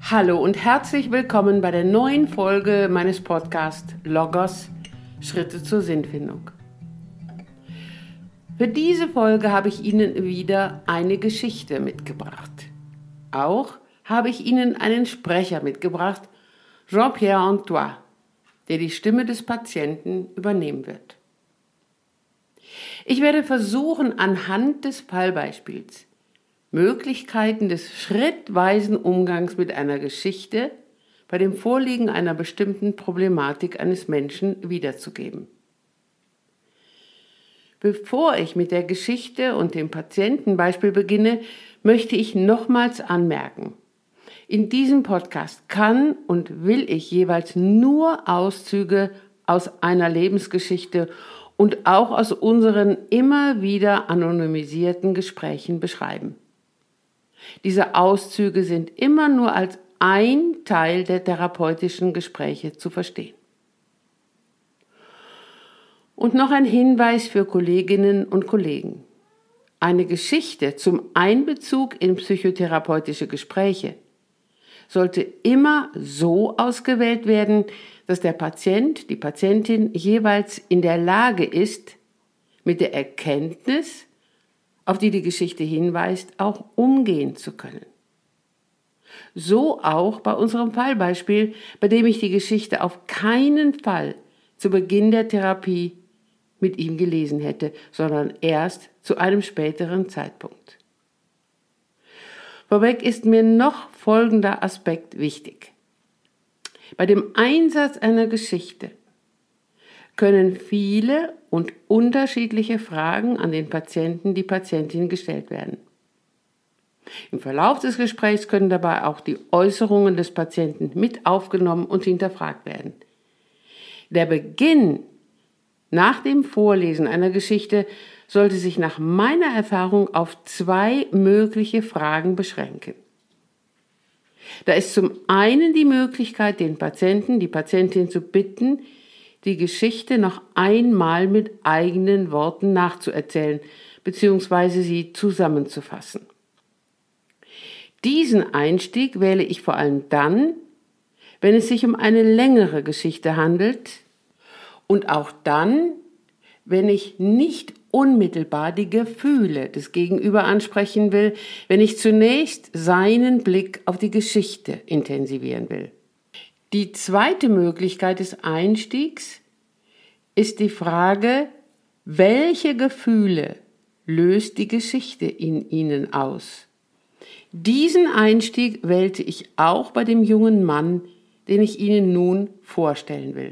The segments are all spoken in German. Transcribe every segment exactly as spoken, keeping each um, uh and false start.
Hallo und herzlich willkommen bei der neuen Folge meines Podcasts Logos – Schritte zur Sinnfindung. Für diese Folge habe ich Ihnen wieder eine Geschichte mitgebracht. Auch habe ich Ihnen einen Sprecher mitgebracht, Jean-Pierre Antoine, der die Stimme des Patienten übernehmen wird. Ich werde versuchen, anhand des Fallbeispiels Möglichkeiten des schrittweisen Umgangs mit einer Geschichte bei dem Vorliegen einer bestimmten Problematik eines Menschen wiederzugeben. Bevor ich mit der Geschichte und dem Patientenbeispiel beginne, möchte ich nochmals anmerken: In diesem Podcast kann und will ich jeweils nur Auszüge aus einer Lebensgeschichte und auch aus unseren immer wieder anonymisierten Gesprächen beschreiben. Diese Auszüge sind immer nur als ein Teil der therapeutischen Gespräche zu verstehen. Und noch ein Hinweis für Kolleginnen und Kollegen. Eine Geschichte zum Einbezug in psychotherapeutische Gespräche sollte immer so ausgewählt werden, dass der Patient, die Patientin jeweils in der Lage ist, mit der Erkenntnis, auf die die Geschichte hinweist, auch umgehen zu können. So auch bei unserem Fallbeispiel, bei dem ich die Geschichte auf keinen Fall zu Beginn der Therapie mit ihm gelesen hätte, sondern erst zu einem späteren Zeitpunkt. Vorweg ist mir noch folgender Aspekt wichtig. Bei dem Einsatz einer Geschichte können viele und unterschiedliche Fragen an den Patienten, die Patientin gestellt werden. Im Verlauf des Gesprächs können dabei auch die Äußerungen des Patienten mit aufgenommen und hinterfragt werden. Der Beginn nach dem Vorlesen einer Geschichte sollte sich nach meiner Erfahrung auf zwei mögliche Fragen beschränken. Da ist zum einen die Möglichkeit, den Patienten, die Patientin zu bitten, die Geschichte noch einmal mit eigenen Worten nachzuerzählen bzw. sie zusammenzufassen. Diesen Einstieg wähle ich vor allem dann, wenn es sich um eine längere Geschichte handelt und auch dann, wenn ich nicht unmittelbar die Gefühle des Gegenüber ansprechen will, wenn ich zunächst seinen Blick auf die Geschichte intensivieren will. Die zweite Möglichkeit des Einstiegs ist die Frage, welche Gefühle löst die Geschichte in Ihnen aus? Diesen Einstieg wählte ich auch bei dem jungen Mann, den ich Ihnen nun vorstellen will.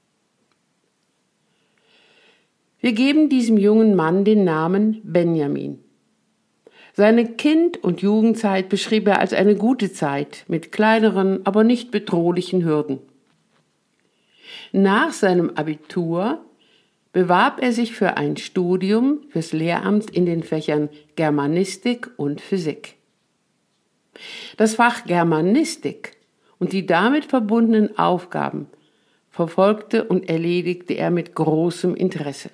Wir geben diesem jungen Mann den Namen Benjamin. Seine Kind- und Jugendzeit beschrieb er als eine gute Zeit mit kleineren, aber nicht bedrohlichen Hürden. Nach seinem Abitur bewarb er sich für ein Studium fürs Lehramt in den Fächern Germanistik und Physik. Das Fach Germanistik und die damit verbundenen Aufgaben verfolgte und erledigte er mit großem Interesse.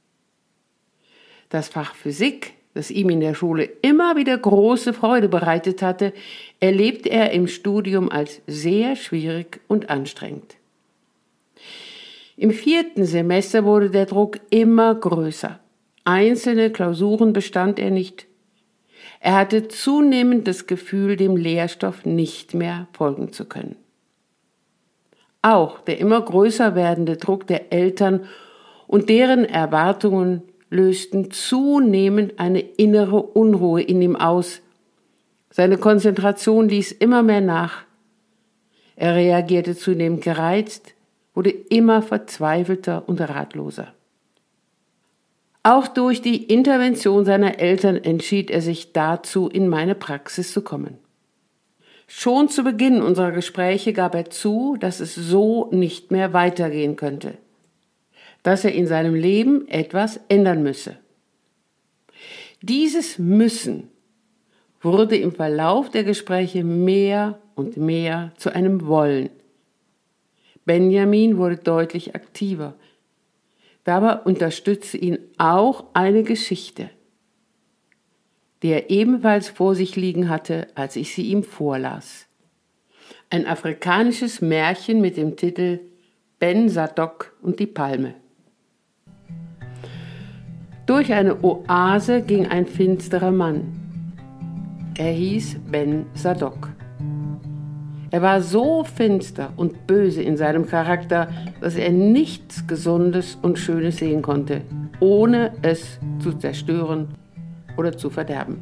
Das Fach Physik, das ihm in der Schule immer wieder große Freude bereitet hatte, erlebte er im Studium als sehr schwierig und anstrengend. Im vierten Semester wurde der Druck immer größer. Einzelne Klausuren bestand er nicht. Er hatte zunehmend das Gefühl, dem Lehrstoff nicht mehr folgen zu können. Auch der immer größer werdende Druck der Eltern und deren Erwartungen lösten zunehmend eine innere Unruhe in ihm aus. Seine Konzentration ließ immer mehr nach. Er reagierte zunehmend gereizt, wurde immer verzweifelter und ratloser. Auch durch die Intervention seiner Eltern entschied er sich dazu, in meine Praxis zu kommen. Schon zu Beginn unserer Gespräche gab er zu, dass es so nicht mehr weitergehen könnte, dass er in seinem Leben etwas ändern müsse. Dieses Müssen wurde im Verlauf der Gespräche mehr und mehr zu einem Wollen. Benjamin wurde deutlich aktiver. Dabei unterstützte ihn auch eine Geschichte, die er ebenfalls vor sich liegen hatte, als ich sie ihm vorlas. Ein afrikanisches Märchen mit dem Titel Ben Zadok und die Palme. Durch eine Oase ging ein finsterer Mann. Er hieß Ben Zadok. Er war so finster und böse in seinem Charakter, dass er nichts Gesundes und Schönes sehen konnte, ohne es zu zerstören oder zu verderben.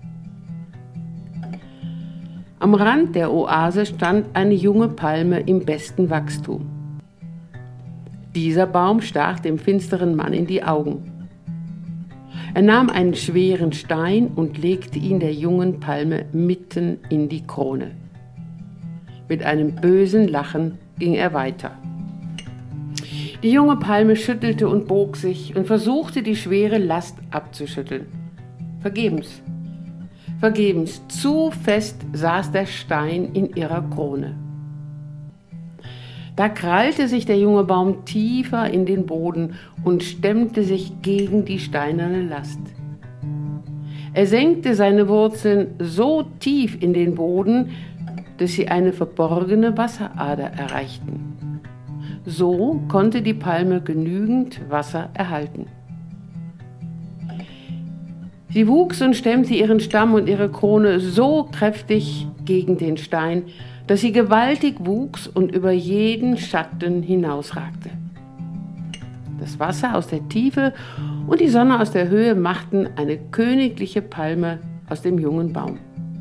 Am Rand der Oase stand eine junge Palme im besten Wachstum. Dieser Baum stach dem finsteren Mann in die Augen. Er nahm einen schweren Stein und legte ihn der jungen Palme mitten in die Krone. Mit einem bösen Lachen ging er weiter. Die junge Palme schüttelte und bog sich und versuchte, die schwere Last abzuschütteln. Vergebens. Vergebens. Zu fest saß der Stein in ihrer Krone. Da krallte sich der junge Baum tiefer in den Boden und stemmte sich gegen die steinerne Last. Er senkte seine Wurzeln so tief in den Boden, dass sie eine verborgene Wasserader erreichten. So konnte die Palme genügend Wasser erhalten. Sie wuchs und stemmte ihren Stamm und ihre Krone so kräftig gegen den Stein, dass sie gewaltig wuchs und über jeden Schatten hinausragte. Das Wasser aus der Tiefe und die Sonne aus der Höhe machten eine königliche Palme aus dem jungen Baum.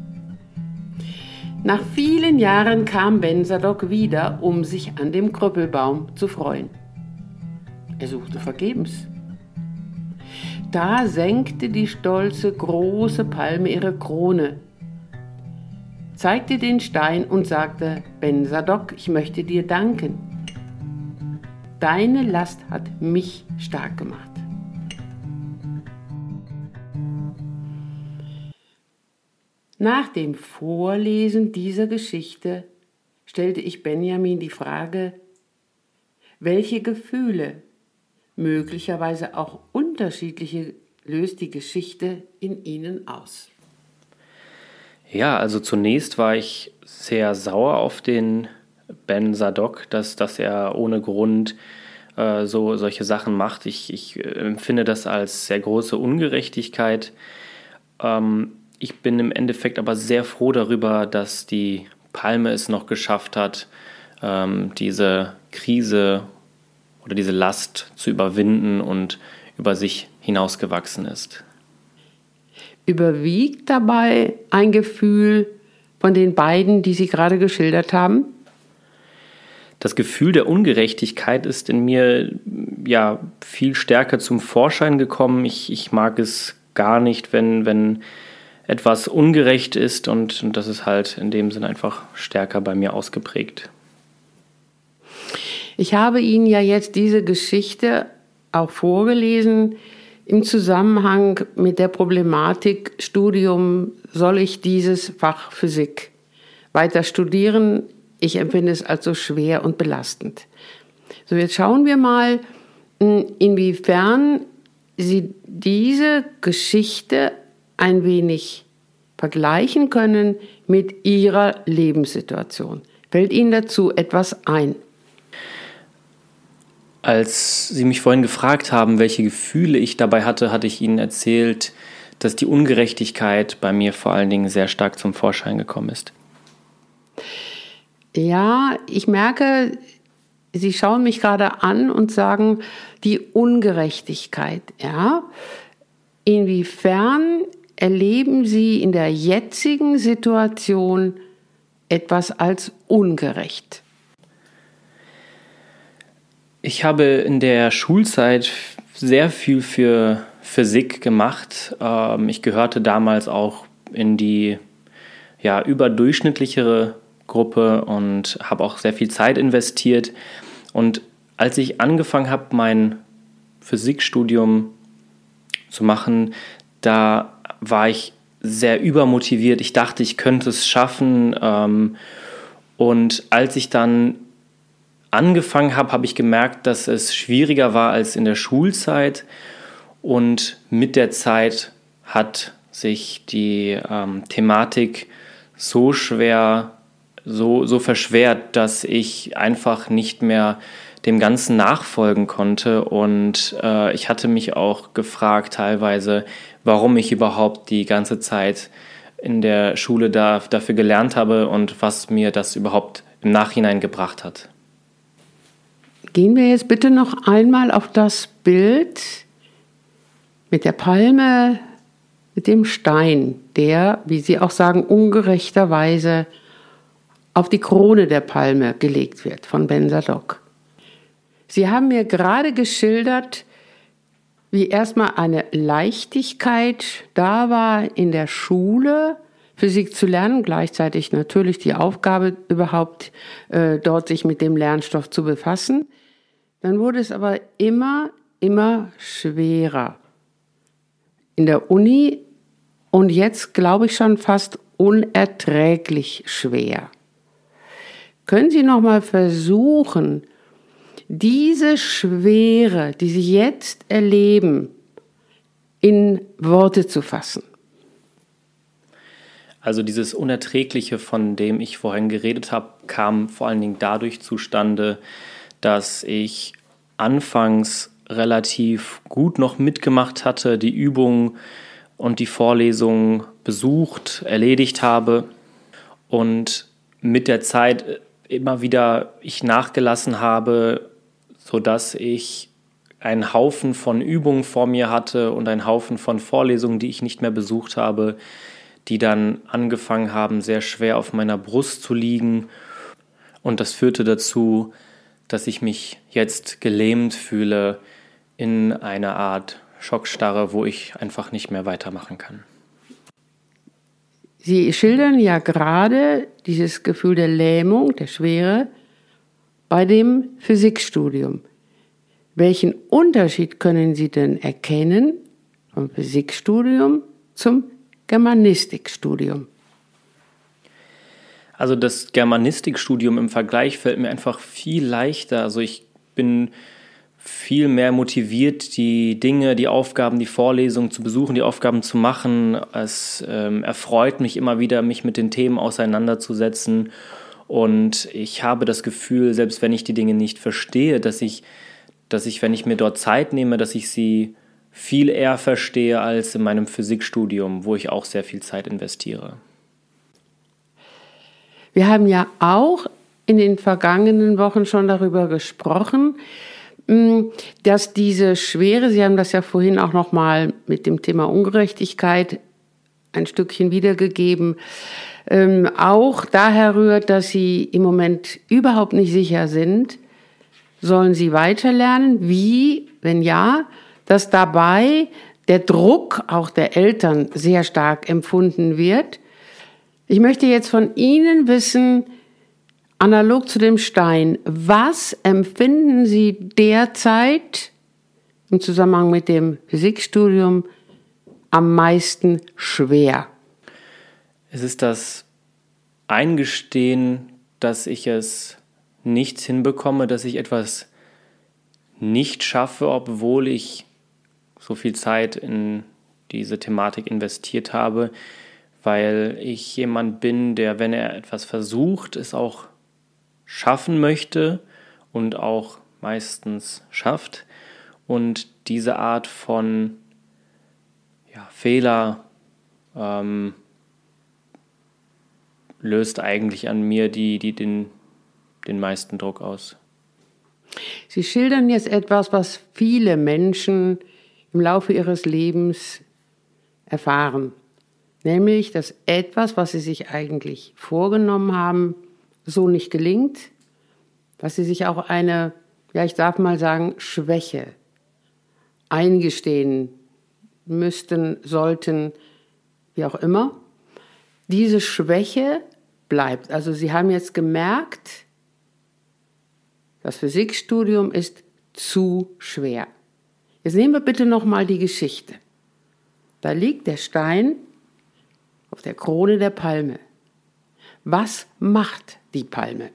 Nach vielen Jahren kam Ben Zadok wieder, um sich an dem Krüppelbaum zu freuen. Er suchte vergebens. Da senkte die stolze, große Palme ihre Krone, zeigte den Stein und sagte: Ben Zadok, ich möchte dir danken. Deine Last hat mich stark gemacht. Nach dem Vorlesen dieser Geschichte stellte ich Benjamin die Frage, welche Gefühle, möglicherweise auch unterschiedliche, löst die Geschichte in Ihnen aus? Ja, also zunächst war ich sehr sauer auf den Ben Zadok, dass, dass er ohne Grund äh, so solche Sachen macht. Ich, ich äh, empfinde das als sehr große Ungerechtigkeit. Ähm, ich bin im Endeffekt aber sehr froh darüber, dass die Palme es noch geschafft hat, ähm, diese Krise oder diese Last zu überwinden und über sich hinausgewachsen ist. Überwiegt dabei ein Gefühl von den beiden, die Sie gerade geschildert haben? Das Gefühl der Ungerechtigkeit ist in mir ja viel stärker zum Vorschein gekommen. Ich, ich mag es gar nicht, wenn, wenn etwas ungerecht ist, und, und das ist halt in dem Sinn einfach stärker bei mir ausgeprägt. Ich habe Ihnen ja jetzt diese Geschichte auch vorgelesen im Zusammenhang mit der Problematik Studium, soll ich dieses Fach Physik weiter studieren? Ich empfinde es als so schwer und belastend. So, jetzt schauen wir mal, inwiefern Sie diese Geschichte ein wenig vergleichen können mit Ihrer Lebenssituation. Fällt Ihnen dazu etwas ein? Als Sie mich vorhin gefragt haben, welche Gefühle ich dabei hatte, hatte ich Ihnen erzählt, dass die Ungerechtigkeit bei mir vor allen Dingen sehr stark zum Vorschein gekommen ist. Ja, ich merke, Sie schauen mich gerade an und sagen, die Ungerechtigkeit, ja. Inwiefern erleben Sie in der jetzigen Situation etwas als ungerecht? Ich habe in der Schulzeit sehr viel für Physik gemacht. Ich gehörte damals auch in die ja, überdurchschnittlichere Gruppe und habe auch sehr viel Zeit investiert. Und als ich angefangen habe, mein Physikstudium zu machen, da war ich sehr übermotiviert. Ich dachte, ich könnte es schaffen. Und als ich dann angefangen habe, habe ich gemerkt, dass es schwieriger war als in der Schulzeit. Und mit der Zeit hat sich die ähm, Thematik so schwer so, so verschwert, dass ich einfach nicht mehr dem Ganzen nachfolgen konnte. Und äh, ich hatte mich auch gefragt teilweise, warum ich überhaupt die ganze Zeit in der Schule da, dafür gelernt habe und was mir das überhaupt im Nachhinein gebracht hat. Gehen wir jetzt bitte noch einmal auf das Bild mit der Palme, mit dem Stein, der, wie Sie auch sagen, ungerechterweise auf die Krone der Palme gelegt wird von Ben Zadok. Sie haben mir gerade geschildert, wie erstmal eine Leichtigkeit da war in der Schule, Physik zu lernen, gleichzeitig natürlich die Aufgabe überhaupt, äh, dort sich mit dem Lernstoff zu befassen. Dann wurde es aber immer, immer schwerer in der Uni und jetzt glaube ich schon fast unerträglich schwer. Können Sie noch mal versuchen, diese Schwere, die Sie jetzt erleben, in Worte zu fassen? Also dieses Unerträgliche, von dem ich vorhin geredet habe, kam vor allen Dingen dadurch zustande, dass ich anfangs relativ gut noch mitgemacht hatte, die Übungen und die Vorlesungen besucht, erledigt habe und mit der Zeit immer wieder ich nachgelassen habe, sodass ich einen Haufen von Übungen vor mir hatte und einen Haufen von Vorlesungen, die ich nicht mehr besucht habe, die dann angefangen haben, sehr schwer auf meiner Brust zu liegen. Und das führte dazu, dass ich mich jetzt gelähmt fühle in einer Art Schockstarre, wo ich einfach nicht mehr weitermachen kann. Sie schildern ja gerade dieses Gefühl der Lähmung, der Schwere, bei dem Physikstudium. Welchen Unterschied können Sie denn erkennen vom Physikstudium zum Germanistikstudium? Also das Germanistikstudium im Vergleich fällt mir einfach viel leichter. Also ich bin viel mehr motiviert, die Dinge, die Aufgaben, die Vorlesungen zu besuchen, die Aufgaben zu machen. Es ähm, erfreut mich immer wieder, mich mit den Themen auseinanderzusetzen. Und ich habe das Gefühl, selbst wenn ich die Dinge nicht verstehe, dass ich, dass ich, wenn ich mir dort Zeit nehme, dass ich sie viel eher verstehe als in meinem Physikstudium, wo ich auch sehr viel Zeit investiere. Wir haben ja auch in den vergangenen Wochen schon darüber gesprochen, dass diese Schwere, Sie haben das ja vorhin auch noch mal mit dem Thema Ungerechtigkeit ein Stückchen wiedergegeben, auch daher rührt, dass Sie im Moment überhaupt nicht sicher sind, sollen Sie weiterlernen? Wie, wenn ja, dass dabei der Druck auch der Eltern sehr stark empfunden wird. Ich möchte jetzt von Ihnen wissen, analog zu dem Stein, was empfinden Sie derzeit im Zusammenhang mit dem Physikstudium am meisten schwer? Es ist das Eingestehen, dass ich es nicht hinbekomme, dass ich etwas nicht schaffe, obwohl ich so viel Zeit in diese Thematik investiert habe, weil ich jemand bin, der, wenn er etwas versucht, es auch schaffen möchte und auch meistens schafft. Und diese Art von ja, Fehler ähm, löst eigentlich an mir die, die den, den meisten Druck aus. Sie schildern jetzt etwas, was viele Menschen im Laufe ihres Lebens erfahren. Nämlich, dass etwas, was sie sich eigentlich vorgenommen haben, so nicht gelingt, dass sie sich auch eine, ja ich darf mal sagen, Schwäche eingestehen müssten, sollten, wie auch immer. Diese Schwäche bleibt. Also Sie haben jetzt gemerkt, das Physikstudium ist zu schwer. Jetzt nehmen wir bitte nochmal die Geschichte. Da liegt der Stein auf der Krone der Palme. Was macht die Palme?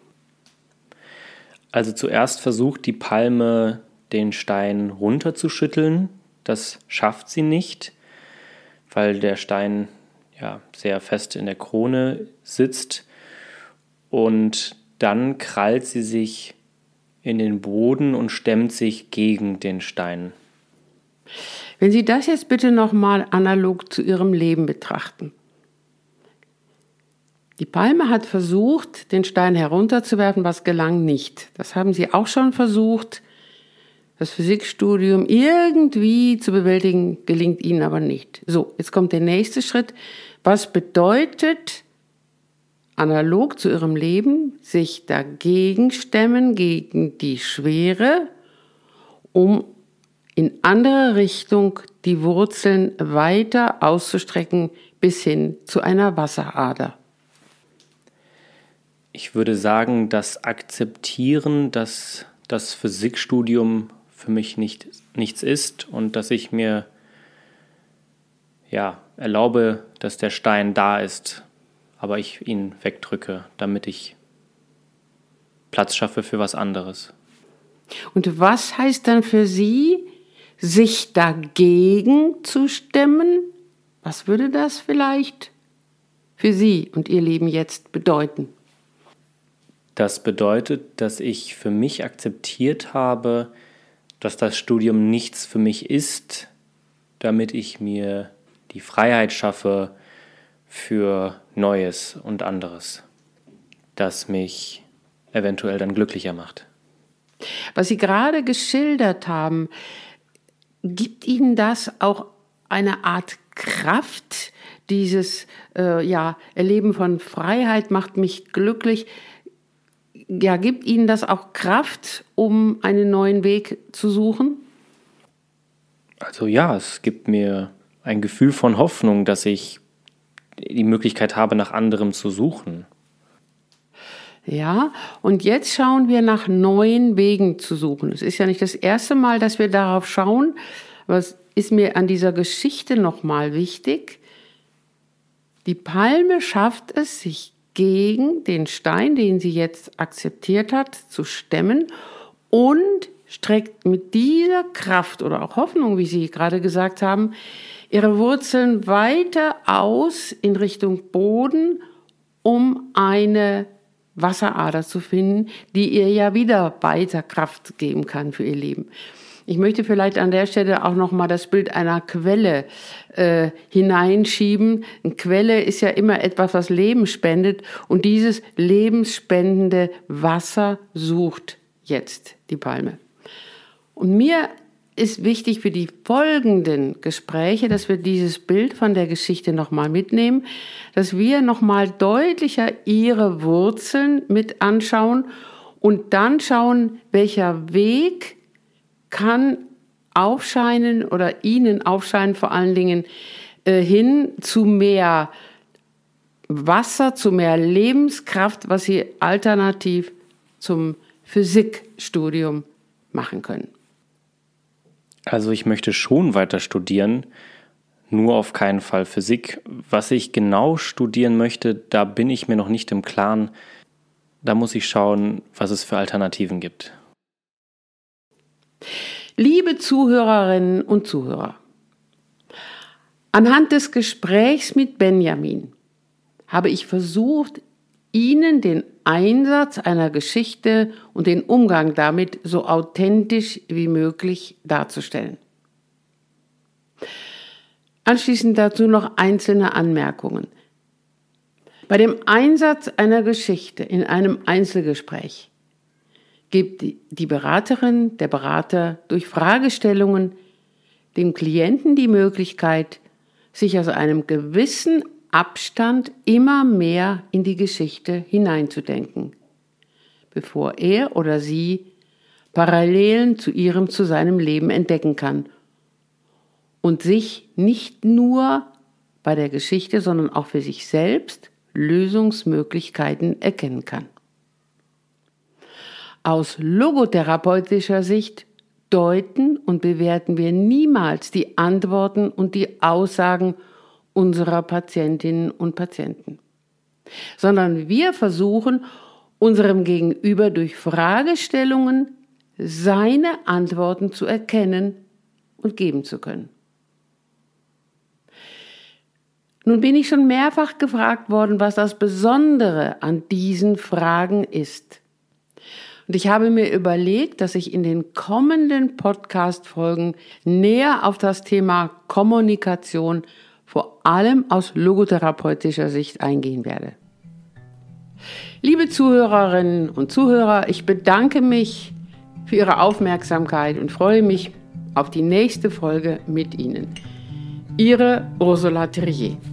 Also zuerst versucht die Palme, den Stein runterzuschütteln. Das schafft sie nicht, weil der Stein ja sehr fest in der Krone sitzt. und dann krallt sie sich in den Boden und stemmt sich gegen den Stein. Wenn Sie das jetzt bitte nochmal analog zu Ihrem Leben betrachten. Die Palme hat versucht, den Stein herunterzuwerfen, was gelang nicht. Das haben Sie auch schon versucht. Das Physikstudium irgendwie zu bewältigen, gelingt Ihnen aber nicht. So, jetzt kommt der nächste Schritt. Was bedeutet, analog zu Ihrem Leben, sich dagegen stemmen, gegen die Schwere, um in andere Richtung die Wurzeln weiter auszustrecken bis hin zu einer Wasserader? Ich würde sagen, das Akzeptieren, dass das Physikstudium für mich nicht, nichts ist und dass ich mir ja, erlaube, dass der Stein da ist, aber ich ihn wegdrücke, damit ich Platz schaffe für was anderes. Und was heißt dann für Sie, sich dagegen zu stemmen? Was würde das vielleicht für Sie und Ihr Leben jetzt bedeuten? Das bedeutet, dass ich für mich akzeptiert habe, dass das Studium nichts für mich ist, damit ich mir die Freiheit schaffe für Neues und anderes, das mich eventuell dann glücklicher macht. Was Sie gerade geschildert haben, gibt Ihnen das auch eine Art Kraft? Dieses äh, ja, Erleben von Freiheit macht mich glücklich. Ja, gibt Ihnen das auch Kraft, um einen neuen Weg zu suchen? Also ja, es gibt mir ein Gefühl von Hoffnung, dass ich die Möglichkeit habe, nach anderem zu suchen. Ja, und jetzt schauen wir nach neuen Wegen zu suchen. Es ist ja nicht das erste Mal, dass wir darauf schauen, aber es ist mir an dieser Geschichte nochmal wichtig. Die Palme schafft es, sich gegen den Stein, den sie jetzt akzeptiert hat, zu stemmen und streckt mit dieser Kraft oder auch Hoffnung, wie Sie gerade gesagt haben, ihre Wurzeln weiter aus in Richtung Boden, um eine Wasserader zu finden, die ihr ja wieder weiter Kraft geben kann für ihr Leben. Ich möchte vielleicht an der Stelle auch nochmal das Bild einer Quelle äh, hineinschieben. Eine Quelle ist ja immer etwas, was Leben spendet. Und dieses lebensspendende Wasser sucht jetzt die Palme. Und mir ist wichtig für die folgenden Gespräche, dass wir dieses Bild von der Geschichte nochmal mitnehmen, dass wir nochmal deutlicher ihre Wurzeln mit anschauen und dann schauen, welcher Weg kann aufscheinen oder Ihnen aufscheinen vor allen Dingen äh, hin zu mehr Wasser, zu mehr Lebenskraft, was Sie alternativ zum Physikstudium machen können. Also ich möchte schon weiter studieren, nur auf keinen Fall Physik. Was ich genau studieren möchte, da bin ich mir noch nicht im Klaren. Da muss ich schauen, was es für Alternativen gibt. Liebe Zuhörerinnen und Zuhörer, anhand des Gesprächs mit Benjamin habe ich versucht, Ihnen den Einsatz einer Geschichte und den Umgang damit so authentisch wie möglich darzustellen. Anschließend dazu noch einzelne Anmerkungen. Bei dem Einsatz einer Geschichte in einem Einzelgespräch gibt die Beraterin, der Berater durch Fragestellungen dem Klienten die Möglichkeit, sich aus einem gewissen Abstand immer mehr in die Geschichte hineinzudenken, bevor er oder sie Parallelen zu ihrem, zu seinem Leben entdecken kann und sich nicht nur bei der Geschichte, sondern auch für sich selbst Lösungsmöglichkeiten erkennen kann. Aus logotherapeutischer Sicht deuten und bewerten wir niemals die Antworten und die Aussagen unserer Patientinnen und Patienten, sondern wir versuchen, unserem Gegenüber durch Fragestellungen seine Antworten zu erkennen und geben zu können. Nun bin ich schon mehrfach gefragt worden, was das Besondere an diesen Fragen ist. Und ich habe mir überlegt, dass ich in den kommenden Podcast-Folgen näher auf das Thema Kommunikation vor allem aus logotherapeutischer Sicht eingehen werde. Liebe Zuhörerinnen und Zuhörer, ich bedanke mich für Ihre Aufmerksamkeit und freue mich auf die nächste Folge mit Ihnen. Ihre Ursula Terrier.